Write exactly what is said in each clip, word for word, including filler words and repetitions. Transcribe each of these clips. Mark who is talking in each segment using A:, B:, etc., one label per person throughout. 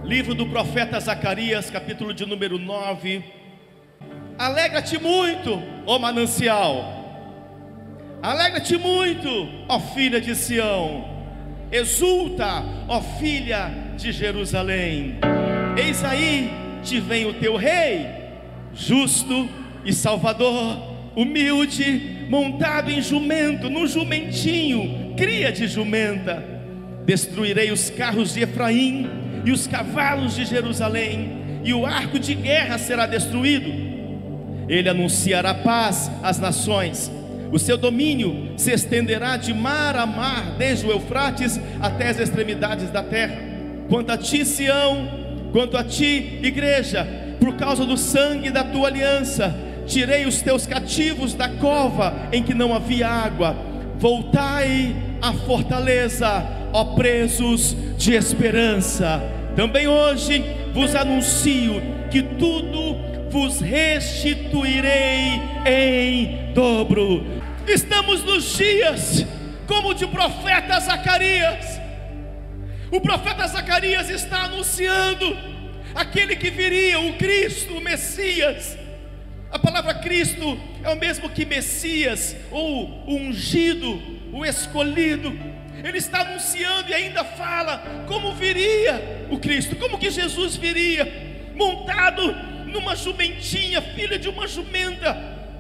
A: Livro do profeta Zacarias, capítulo de número nove. Alegra-te muito, ó manancial, alegra-te muito, ó filha de Sião, exulta, ó filha de Jerusalém. Eis aí te vem o teu rei, justo e salvador, humilde, montado em jumento, num jumentinho, cria de jumenta. Destruirei os carros de Efraim e os cavalos de Jerusalém, e o arco de guerra será destruído. Ele anunciará paz às nações, o seu domínio se estenderá de mar a mar, desde o Eufrates até as extremidades da terra. Quanto a ti, Sião, quanto a ti, igreja, por causa do sangue da tua aliança, tirei os teus cativos da cova em que não havia água. Voltai à fortaleza, ó presos de esperança. Também hoje vos anuncio que tudo vos restituirei em dobro. Estamos nos dias como de profeta Zacarias. O profeta Zacarias está anunciando aquele que viria, o Cristo, o Messias. A palavra Cristo é o mesmo que Messias, ou o ungido, o escolhido. Ele está anunciando e ainda fala como viria o Cristo, como que Jesus viria, montado numa jumentinha, filha de uma jumenta,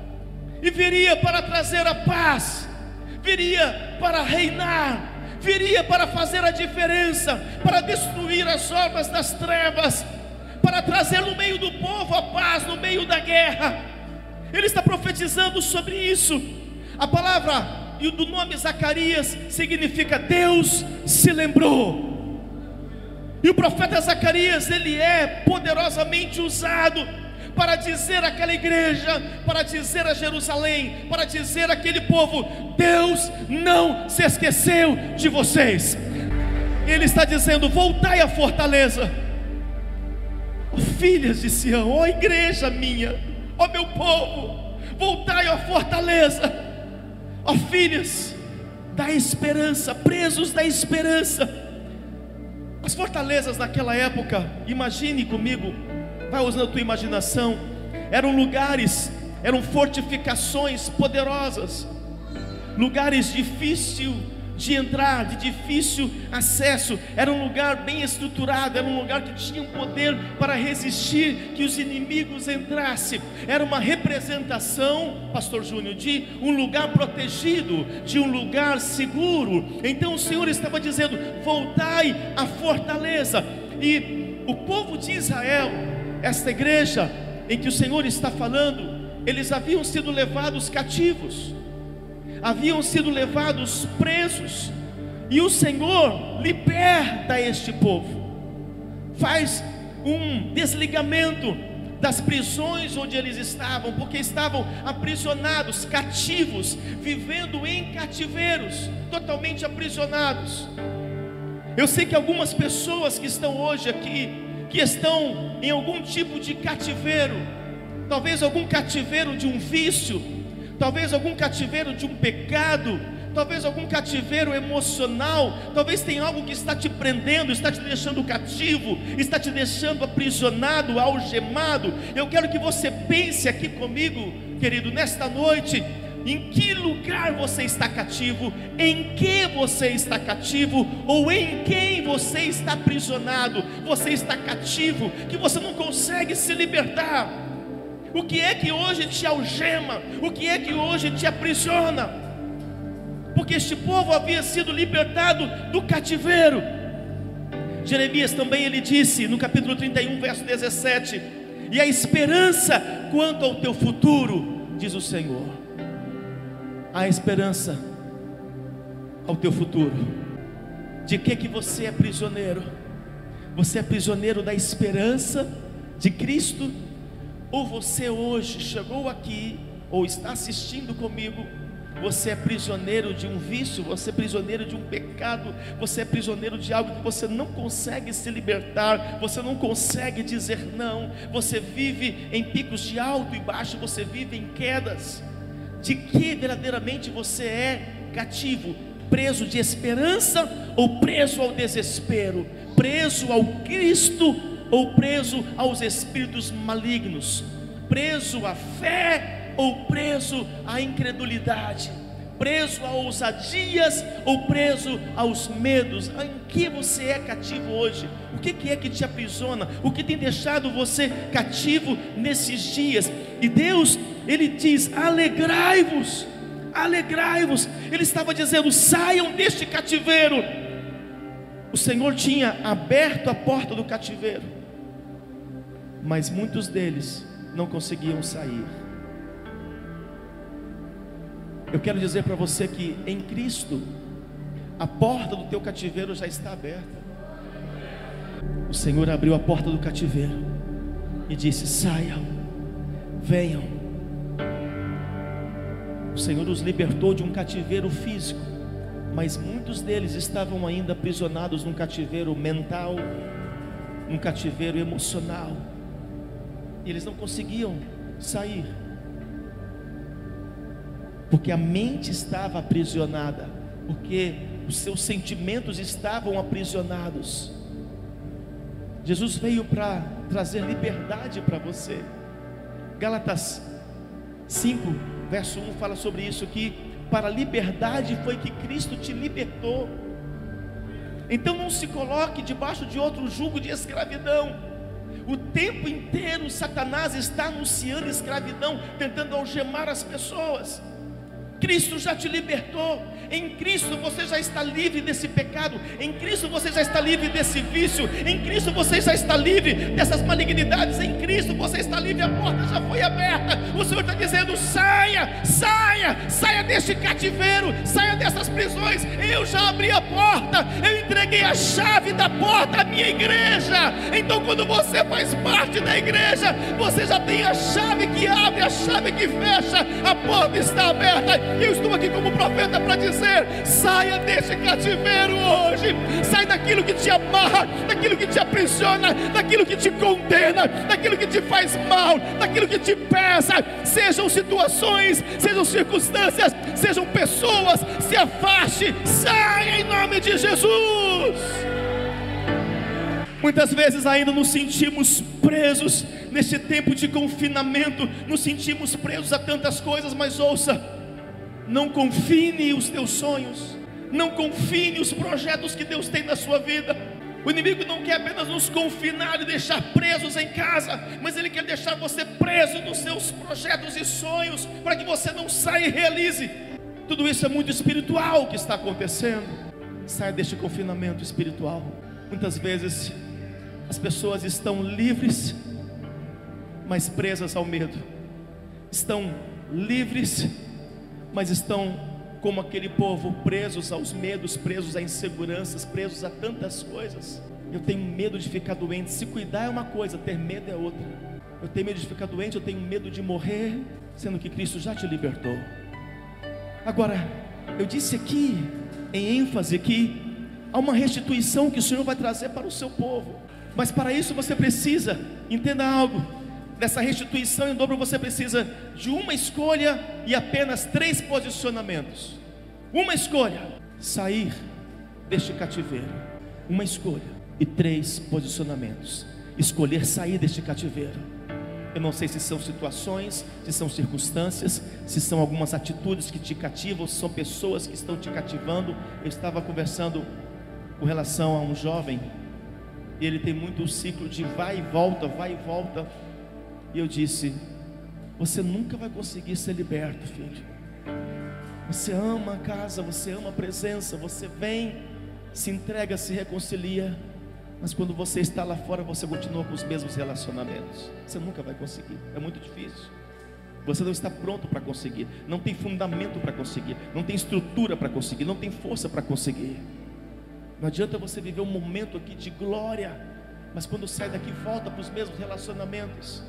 A: e viria para trazer a paz, viria para reinar, viria para fazer a diferença, para destruir as obras das trevas, para trazer no meio do povo a paz no meio da guerra. Ele está profetizando sobre isso. A palavra e o do nome Zacarias significa Deus se lembrou. E o profeta Zacarias, ele é poderosamente usado para dizer àquela igreja, para dizer a Jerusalém, para dizer àquele povo: Deus não se esqueceu de vocês. Ele está dizendo: voltai à fortaleza, ó filhas de Sião, ó igreja minha, ó meu povo, voltai à fortaleza, ó filhas da esperança, presos da esperança. As fortalezas naquela época, imagine comigo, vai usando a tua imaginação, eram lugares, eram fortificações poderosas, lugares difíceis de entrar, de difícil acesso. Era um lugar bem estruturado, era um lugar que tinha um poder para resistir que os inimigos entrassem. Era uma representação, pastor Júnior, de um lugar protegido, de um lugar seguro. Então o Senhor estava dizendo: voltai à fortaleza. E o povo de Israel, esta igreja em que o Senhor está falando, eles haviam sido levados cativos, haviam sido levados presos, e o Senhor liberta este povo, faz um desligamento das prisões onde eles estavam, porque estavam aprisionados, cativos, vivendo em cativeiros, totalmente aprisionados. Eu sei que algumas pessoas que estão hoje aqui, que estão em algum tipo de cativeiro, talvez algum cativeiro de um vício, talvez algum cativeiro de um pecado, talvez algum cativeiro emocional, talvez tenha algo que está te prendendo, está te deixando cativo, está te deixando aprisionado, algemado. Eu quero que você pense aqui comigo, querido, nesta noite: em que lugar você está cativo? Em que você está cativo? Ou em quem você está aprisionado? Você está cativo, que você não consegue se libertar. O que é que hoje te algema? O que é que hoje te aprisiona? Porque este povo havia sido libertado do cativeiro. Jeremias também, ele disse no capítulo trinta e um, verso dezessete: e a esperança quanto ao teu futuro, diz o Senhor. A esperança ao teu futuro. De que que você é prisioneiro? Você é prisioneiro da esperança de Cristo? Ou você hoje chegou aqui, ou está assistindo comigo, você é prisioneiro de um vício, você é prisioneiro de um pecado, você é prisioneiro de algo que você não consegue se libertar, você não consegue dizer não, você vive em picos de alto e baixo, você vive em quedas. De que verdadeiramente você é cativo? Preso de esperança ou preso ao desespero? preso ao Cristo ou preso aos espíritos malignos, preso à fé ou preso à incredulidade, preso a ousadias ou preso aos medos? Em que você é cativo hoje? O que é que te aprisiona? O que tem deixado você cativo nesses dias? E Deus, Ele diz: alegrai-vos, alegrai-vos. Ele estava dizendo: saiam deste cativeiro. O Senhor tinha aberto a porta do cativeiro, mas muitos deles não conseguiam sair. Eu quero dizer para você que em Cristo a porta do teu cativeiro já está aberta. O Senhor abriu a porta do cativeiro e disse: saiam, venham. O Senhor os libertou de um cativeiro físico, mas muitos deles estavam ainda aprisionados num cativeiro mental, num cativeiro emocional, e eles não conseguiam sair, porque a mente estava aprisionada, porque os seus sentimentos estavam aprisionados. Jesus veio para trazer liberdade para você. Gálatas cinco, verso um fala sobre isso, que para a liberdade foi que Cristo te libertou. Então não se coloque debaixo de outro jugo de escravidão. O tempo inteiro Satanás está anunciando escravidão, tentando algemar as pessoas. Cristo já te libertou. Em Cristo você já está livre desse pecado. Em Cristo você já está livre desse vício. Em Cristo você já está livre dessas malignidades. Em Cristo você está livre, a porta já foi aberta. O Senhor está dizendo: saia, saia, saia deste cativeiro, saia dessas prisões. Eu já abri a porta, eu entreguei a chave da porta à minha igreja. Então quando você faz parte da igreja, você já tem a chave que abre, a chave que fecha. A porta está aberta. E eu estou aqui como profeta para dizer: saia desse cativeiro hoje. Sai daquilo que te amarra, daquilo que te aprisiona, daquilo que te condena, daquilo que te faz mal, daquilo que te pesa. Sejam situações, sejam circunstâncias, sejam pessoas. Se afaste, saia em nome de Jesus. Muitas vezes ainda nos sentimos presos neste tempo de confinamento, nos sentimos presos a tantas coisas, mas ouça: não confine os teus sonhos, não confine os projetos que Deus tem na sua vida. O inimigo não quer apenas nos confinar e deixar presos em casa, mas ele quer deixar você preso nos seus projetos e sonhos, para que você não saia e realize. Tudo isso é muito espiritual que está acontecendo. Saia deste confinamento espiritual. Muitas vezes as pessoas estão livres, mas presas ao medo. Estão livres, mas estão como aquele povo, presos aos medos, presos a inseguranças, presos a tantas coisas. Eu tenho medo de ficar doente. Se cuidar é uma coisa, ter medo é outra. Eu tenho medo de ficar doente, eu tenho medo de morrer, sendo que Cristo já te libertou. Agora, eu disse aqui, em ênfase, que há uma restituição que o Senhor vai trazer para o seu povo. Mas para isso você precisa, entenda algo, dessa restituição em dobro você precisa de uma escolha e apenas três posicionamentos. Uma escolha: sair deste cativeiro. Uma escolha e três posicionamentos. Escolher sair deste cativeiro. Eu não sei se são situações, se são circunstâncias, se são algumas atitudes que te cativam, se são pessoas que estão te cativando. Eu estava conversando com relação a um jovem, e ele tem muito o ciclo de vai e volta, vai e volta. E eu disse: você nunca vai conseguir ser liberto, filho. Você ama a casa, você ama a presença, você vem, se entrega, se reconcilia, mas quando você está lá fora, você continua com os mesmos relacionamentos. Você nunca vai conseguir, é muito difícil. Você não está pronto para conseguir, não tem fundamento para conseguir, não tem estrutura para conseguir, não tem força para conseguir. Não adianta você viver um momento aqui de glória, mas quando sai daqui volta para os mesmos relacionamentos.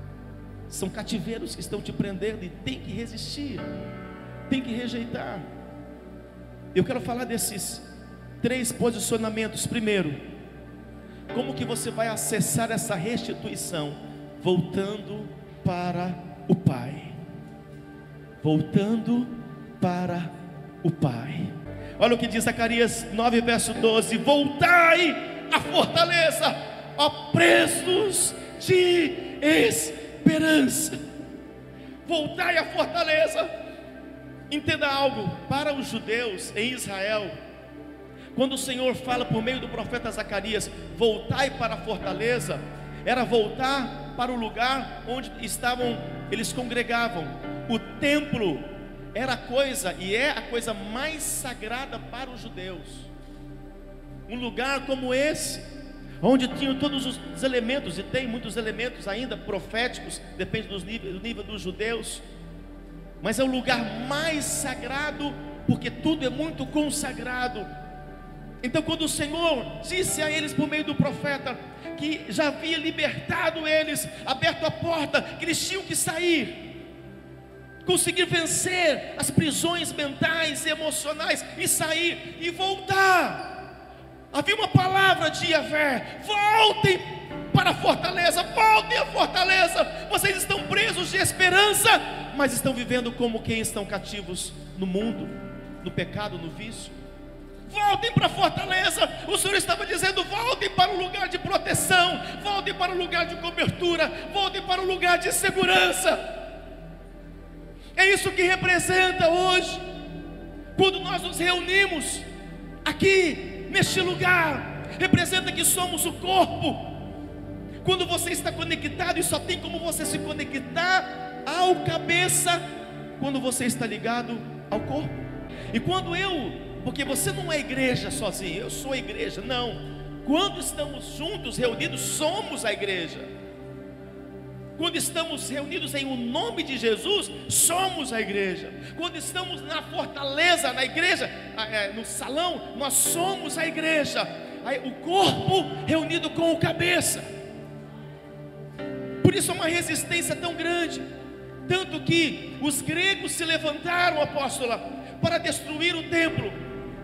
A: São cativeiros que estão te prendendo e tem que resistir, tem que rejeitar. Eu quero falar desses três posicionamentos. Primeiro, como que você vai acessar essa restituição? Voltando para o Pai. Voltando para o Pai. Olha o que diz Zacarias nove, verso doze: voltai a fortaleza, ó presos de esperança. Voltai à fortaleza. Entenda algo, para os judeus em Israel, quando o Senhor fala por meio do profeta Zacarias, voltai para a fortaleza, era voltar para o lugar onde estavam, eles congregavam. O templo era a coisa, e é a coisa mais sagrada para os judeus. Um lugar como esse, onde tinham todos os elementos, e tem muitos elementos ainda proféticos, depende dos níveis, do nível dos judeus, mas é o lugar mais sagrado, porque tudo é muito consagrado. Então quando o Senhor disse a eles por meio do profeta, que já havia libertado eles, aberto a porta, que eles tinham que sair, conseguir vencer as prisões mentais e emocionais, e sair, e voltar, havia uma palavra de Yahvé: voltem para a fortaleza, voltem à fortaleza. Vocês estão presos de esperança, mas estão vivendo como quem estão cativos no mundo, no pecado, no vício. Voltem para a fortaleza. O Senhor estava dizendo: voltem para o lugar de proteção, voltem para o lugar de cobertura, voltem para o lugar de segurança. É isso que representa hoje, quando nós nos reunimos aqui neste lugar, representa que somos o corpo. Quando você está conectado, e só tem como você se conectar ao cabeça, quando você está ligado ao corpo. E quando eu, porque você não é igreja sozinho, eu sou a igreja, não. Quando estamos juntos, reunidos, somos a igreja. Quando estamos reunidos em o nome de Jesus, somos a igreja. Quando estamos na fortaleza, na igreja, no salão, nós somos a igreja. O corpo reunido com o cabeça. Por isso é uma resistência tão grande, tanto que os gregos se levantaram, apóstola, para destruir o templo,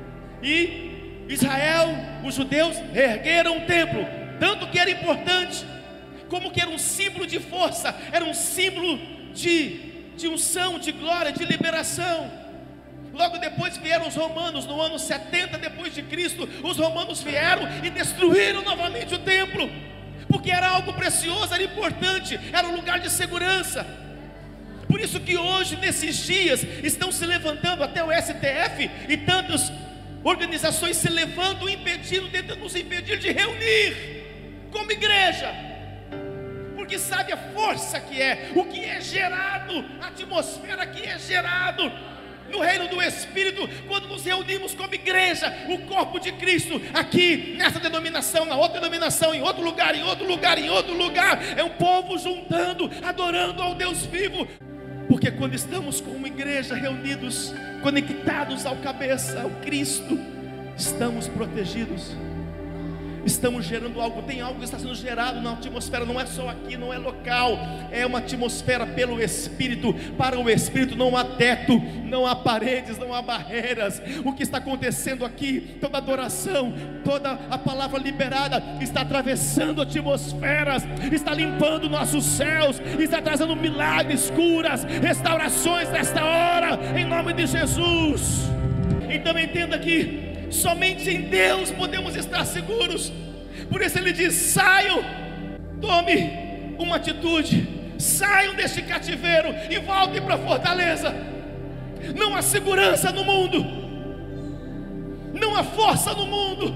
A: e Israel, os judeus, ergueram o templo, tanto que era importante, como que era um símbolo de força, era um símbolo de, de unção, de glória, de liberação. Logo depois vieram os romanos, no ano setenta depois de Cristo, os romanos vieram e destruíram novamente o templo, porque era algo precioso, era importante, era um lugar de segurança. Por isso que hoje, nesses dias, estão se levantando, até o S T F e tantas organizações se levantam, impedindo, tentando nos impedir de reunir como igreja, porque sabe a força que é, o que é gerado, a atmosfera que é gerado no reino do Espírito, quando nos reunimos como igreja, o corpo de Cristo, aqui nessa denominação, na outra denominação, em outro lugar, em outro lugar, em outro lugar, é um povo juntando, adorando ao Deus vivo. Porque quando estamos como igreja reunidos, conectados ao cabeça, ao Cristo, estamos protegidos, estamos gerando algo, tem algo que está sendo gerado na atmosfera, não é só aqui, não é local, é uma atmosfera pelo Espírito. Para o Espírito não há teto, não há paredes, não há barreiras. O que está acontecendo aqui, toda adoração, toda a palavra liberada, está atravessando atmosferas, está limpando nossos céus, está trazendo milagres, curas, restaurações nesta hora, em nome de Jesus. Então entenda que somente em Deus podemos estar seguros. Por isso ele diz: saiam, tome uma atitude, saiam deste cativeiro e voltem para a fortaleza. Não há segurança no mundo, não há força no mundo.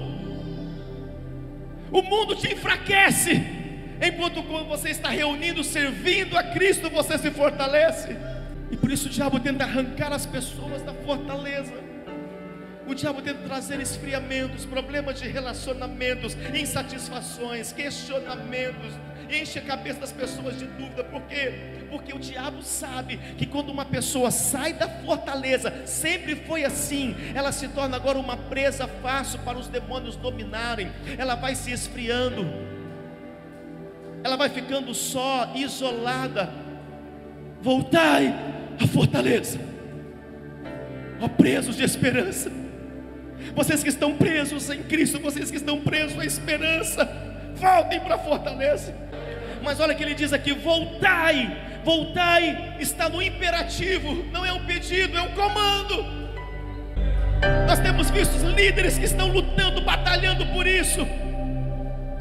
A: O mundo te enfraquece, enquanto quando você está reunindo, servindo a Cristo, você se fortalece. E por isso o diabo tenta arrancar as pessoas da fortaleza. O diabo tenta trazer esfriamentos, problemas de relacionamentos, insatisfações, questionamentos, enche a cabeça das pessoas de dúvida. Por quê? Porque o diabo sabe que quando uma pessoa sai da fortaleza, sempre foi assim, ela se torna agora uma presa fácil para os demônios dominarem. Ela vai se esfriando, ela vai ficando só, isolada. Voltai à fortaleza, ó presos de esperança. Vocês que estão presos em Cristo, vocês que estão presos à esperança, voltem para a fortaleza. Mas olha o que ele diz aqui: voltai. Voltai está no imperativo, não é um pedido, é um comando. Nós temos visto líderes que estão lutando, batalhando por isso.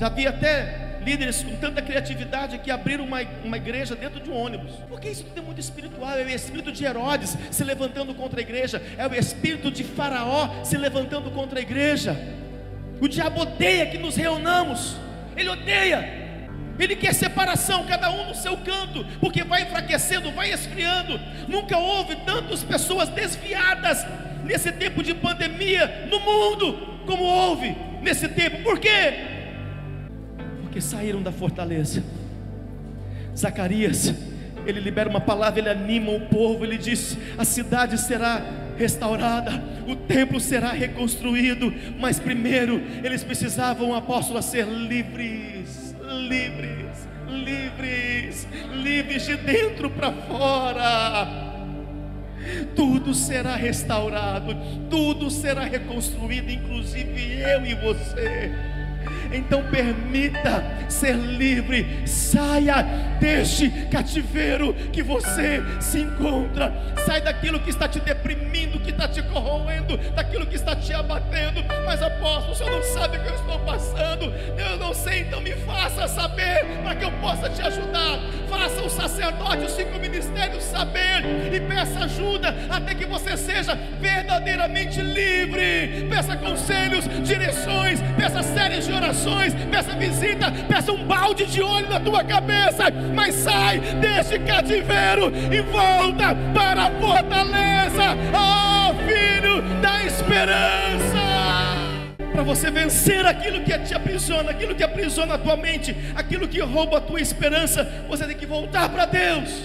A: Já vi até líderes com tanta criatividade que abriram uma, uma igreja dentro de um ônibus. Porque isso tudo é muito espiritual. É o espírito de Herodes se levantando contra a igreja, é o espírito de Faraó se levantando contra a igreja. O diabo odeia que nos reunamos, ele odeia. Ele quer separação, cada um no seu canto, porque vai enfraquecendo, vai esfriando. Nunca houve tantas pessoas desviadas nesse tempo de pandemia no mundo como houve nesse tempo. Por quê? Porque saíram da fortaleza. Zacarias, ele libera uma palavra, ele anima o povo, ele diz: a cidade será restaurada, o templo será reconstruído, mas primeiro eles precisavam, apóstolo, ser livres, livres, livres, livres de dentro para fora. Tudo será restaurado, tudo será reconstruído, inclusive eu e você. Então permita ser livre, saia deste cativeiro que você se encontra, sai daquilo que está te deprimindo, que está te corroendo, daquilo que está te abatendo. Mas apóstolo, o senhor não sabe o que eu estou passando. Eu não sei, então me faça saber, para que eu possa te ajudar. Faça o sacerdote, os cinco ministérios saber, e peça ajuda, até que você seja verdadeiramente livre. Peça conselhos, direções, peça séries de orações, peça visita, peça um balde de óleo na tua cabeça, mas sai deste cativeiro e volta para a fortaleza, ó filho da esperança. Para você vencer aquilo que te aprisiona, aquilo que aprisiona a tua mente, aquilo que rouba a tua esperança, você tem que voltar para Deus.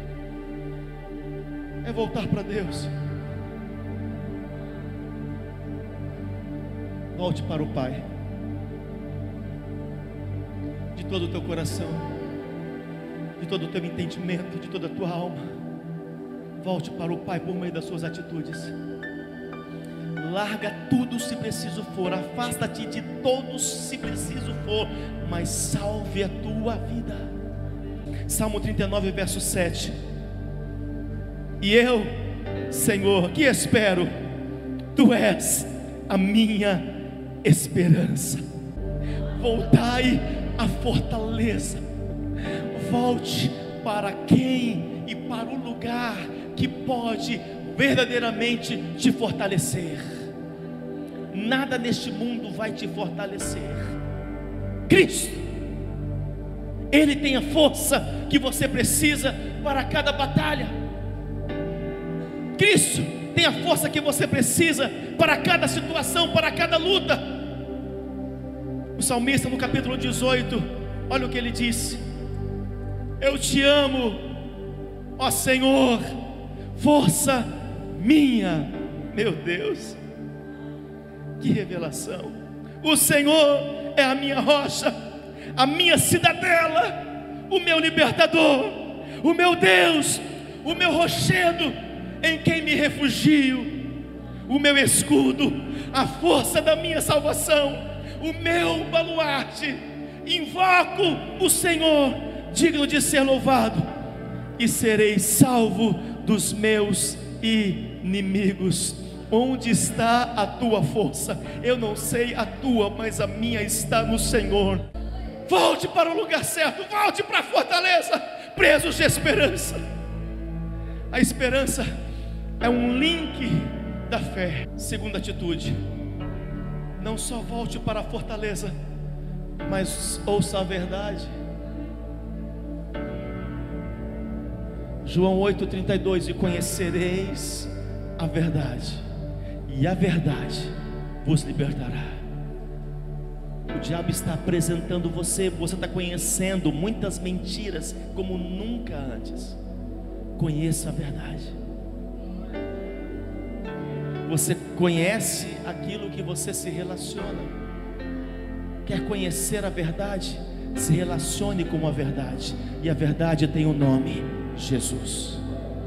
A: É voltar para Deus. Volte para o Pai de todo o teu coração, de todo o teu entendimento, de toda a tua alma. Volte para o Pai por meio das suas atitudes. Larga tudo se preciso for, afasta-te de todos se preciso for, mas salve a tua vida. Salmo trinta e nove, verso sete. E eu, Senhor, que espero, Tu és a minha esperança. Voltai à fortaleza, volte para quem e para o lugar que pode verdadeiramente te fortalecer. Nada neste mundo vai te fortalecer. Cristo, Ele tem a força que você precisa para cada batalha. Cristo tem a força que você precisa para cada situação, para cada luta. O salmista no capítulo dezoito, olha o que ele disse: eu te amo, ó Senhor, força minha. Meu Deus, que revelação! O Senhor é a minha rocha, a minha cidadela, o meu libertador, o meu Deus, o meu rochedo em quem me refugio, o meu escudo, a força da minha salvação, o meu baluarte. Invoco o Senhor, digno de ser louvado, e serei salvo dos meus inimigos. Onde está a tua força? Eu não sei a tua, mas a minha está no Senhor. Volte para o lugar certo, volte para a fortaleza, presos de esperança. A esperança é um link da fé. Segunda atitude: não só volte para a fortaleza, mas ouça a verdade. João oito, trinta e dois: e conhecereis a verdade, e a verdade vos libertará. O diabo está apresentando você, você está conhecendo muitas mentiras como nunca antes. Conheça a verdade. Você conhece aquilo que você se relaciona. Quer conhecer a verdade? Se relacione com a verdade. E a verdade tem o nome: Jesus.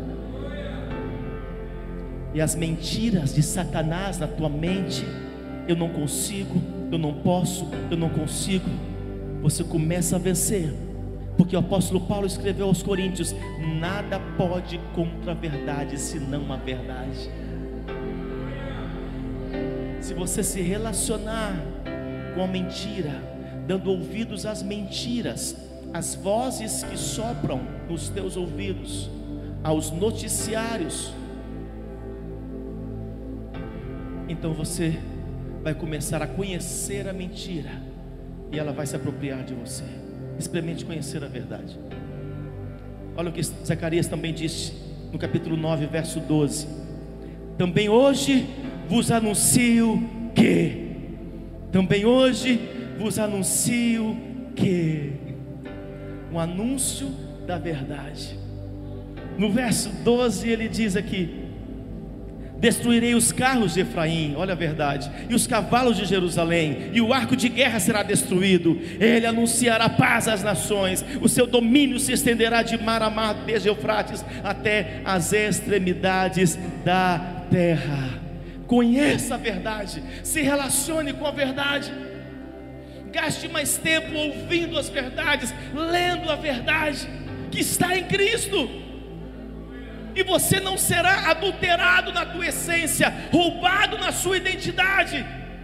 A: E as mentiras de Satanás na tua mente: eu não consigo, eu não posso, eu não consigo. Você começa a vencer, porque o apóstolo Paulo escreveu aos Coríntios: nada pode contra a verdade, senão a verdade. Se você se relacionar com a mentira, dando ouvidos às mentiras, às vozes que sopram nos teus ouvidos, aos noticiários. Então você vai começar a conhecer a mentira, e ela vai se apropriar de você. Experimente conhecer a verdade. Olha o que Zacarias também disse no capítulo nove, verso doze: também hoje vos anuncio que, também hoje vos anuncio que, um anúncio da verdade. No verso doze ele diz aqui: destruirei os carros de Efraim, olha a verdade, e os cavalos de Jerusalém, e o arco de guerra será destruído. Ele anunciará paz às nações, o seu domínio se estenderá de mar a mar, desde Eufrates até as extremidades da terra. Conheça a verdade, se relacione com a verdade, gaste mais tempo ouvindo as verdades, lendo a verdade que está em Cristo, e você não será adulterado na tua essência, roubado na sua identidade.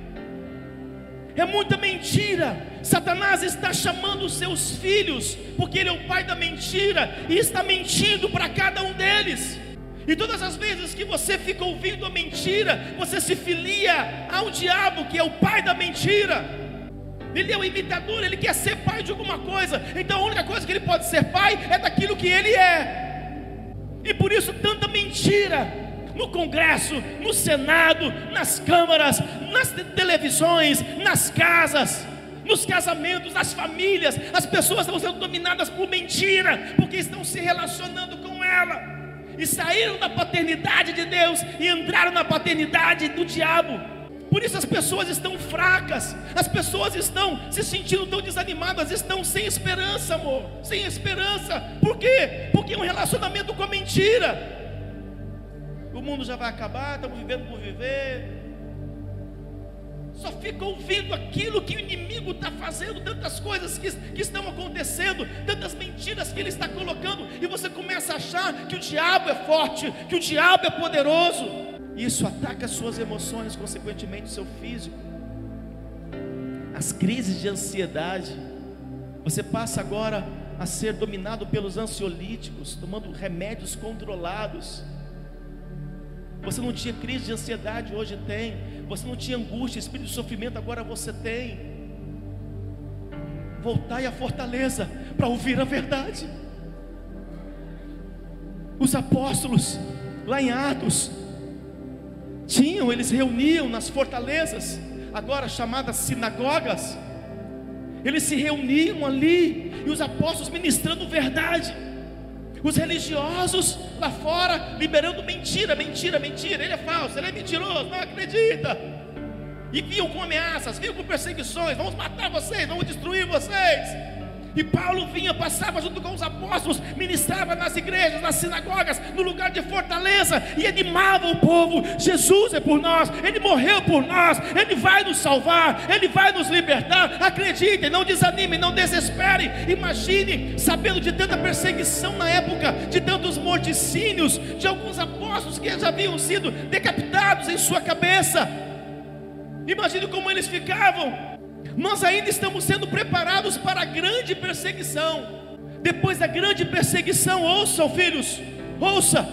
A: É muita mentira. Satanás está chamando os seus filhos, porque ele é o pai da mentira, e está mentindo para cada um deles. E todas as vezes que você fica ouvindo a mentira, você se filia ao diabo, que é o pai da mentira. Ele é o imitador, ele quer ser pai de alguma coisa. Então a única coisa que ele pode ser pai é daquilo que ele é. E por isso tanta mentira no Congresso, no Senado, nas câmaras, nas televisões, nas casas, nos casamentos, nas famílias. As pessoas estão sendo dominadas por mentira, porque estão se relacionando com ela, e saíram da paternidade de Deus e entraram na paternidade do diabo. Por isso as pessoas estão fracas, as pessoas estão se sentindo tão desanimadas, estão sem esperança, amor, sem esperança. Por quê? Porque é um relacionamento com a mentira. O mundo já vai acabar, estamos vivendo por viver. Só fica ouvindo aquilo que o inimigo está fazendo, tantas coisas que, que estão acontecendo, tantas mentiras que ele está colocando, e você começa a achar que o diabo é forte, que o diabo é poderoso. Isso ataca as suas emoções, consequentemente o seu físico. As crises de ansiedade, você passa agora a ser dominado pelos ansiolíticos, tomando remédios controlados. Você não tinha crise de ansiedade, hoje tem. Você não tinha angústia, espírito de sofrimento, agora você tem. Voltai à fortaleza para ouvir a verdade. Os apóstolos, lá em Atos, tinham, eles reuniam nas fortalezas, agora chamadas sinagogas. Eles se reuniam ali, e os apóstolos ministrando verdade, os religiosos lá fora liberando mentira, mentira, mentira. Ele é falso, ele é mentiroso, não acredita. E vinham com ameaças, vinham com perseguições: vamos matar vocês, vamos destruir vocês. E Paulo vinha, passava junto com os apóstolos, ministrava nas igrejas, nas sinagogas, no lugar de fortaleza, e animava o povo: Jesus é por nós, Ele morreu por nós, Ele vai nos salvar, Ele vai nos libertar. Acreditem, não desanimem, não desesperem. Imagine, sabendo de tanta perseguição na época, de tantos morticínios, de alguns apóstolos que já haviam sido decapitados em sua cabeça. Imagine como eles ficavam. Nós ainda estamos sendo preparados para a grande perseguição. Depois da grande perseguição, ouçam, filhos, ouça,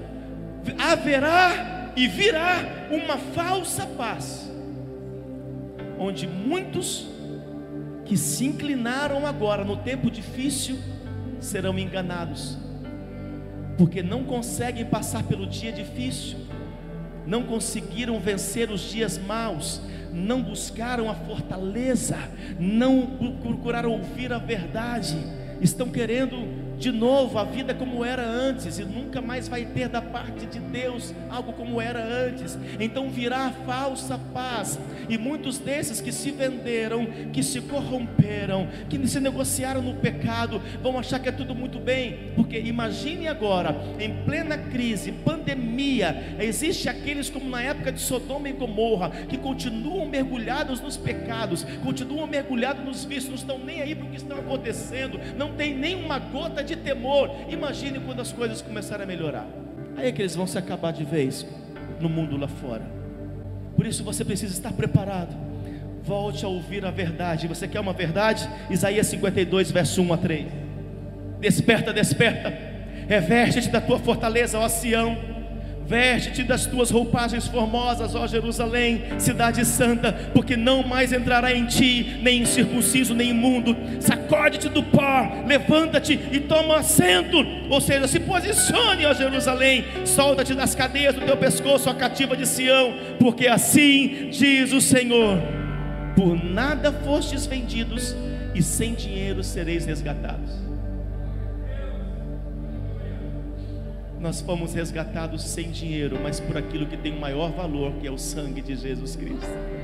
A: haverá e virá uma falsa paz, onde muitos que se inclinaram agora no tempo difícil serão enganados, porque não conseguem passar pelo dia difícil, não conseguiram vencer os dias maus, não buscaram a fortaleza, não procuraram ouvir a verdade, estão querendo de novo a vida como era antes, e nunca mais vai ter da parte de Deus algo como era antes. Então virá a falsa paz, e muitos desses que se venderam, que se corromperam, que se negociaram no pecado, vão achar que é tudo muito bem. Porque imagine agora, em plena crise, pandemia, existe aqueles como na época de Sodoma e Gomorra, que continuam mergulhados nos pecados, continuam mergulhados nos vícios, não estão nem aí para o que está acontecendo, não tem nem uma gota de temor. Imagine quando as coisas começarem a melhorar, aí é que eles vão se acabar de vez no mundo lá fora. Por isso você precisa estar preparado. Volte a ouvir a verdade. Você quer uma verdade? Isaías cinquenta e dois, verso um a três. Desperta, desperta, reveste-te da tua fortaleza, ó Sião. Veste-te das tuas roupagens formosas, ó Jerusalém, cidade santa, porque não mais entrará em ti nem incircunciso, nem imundo. Sacode-te do pó, levanta-te e toma assento. Ou seja, se posicione, ó Jerusalém. Solta-te das cadeias do teu pescoço, ó cativa de Sião, porque assim diz o Senhor: por nada fostes vendidos, e sem dinheiro sereis resgatados. Nós fomos resgatados sem dinheiro, mas por aquilo que tem o maior valor, que é o sangue de Jesus Cristo.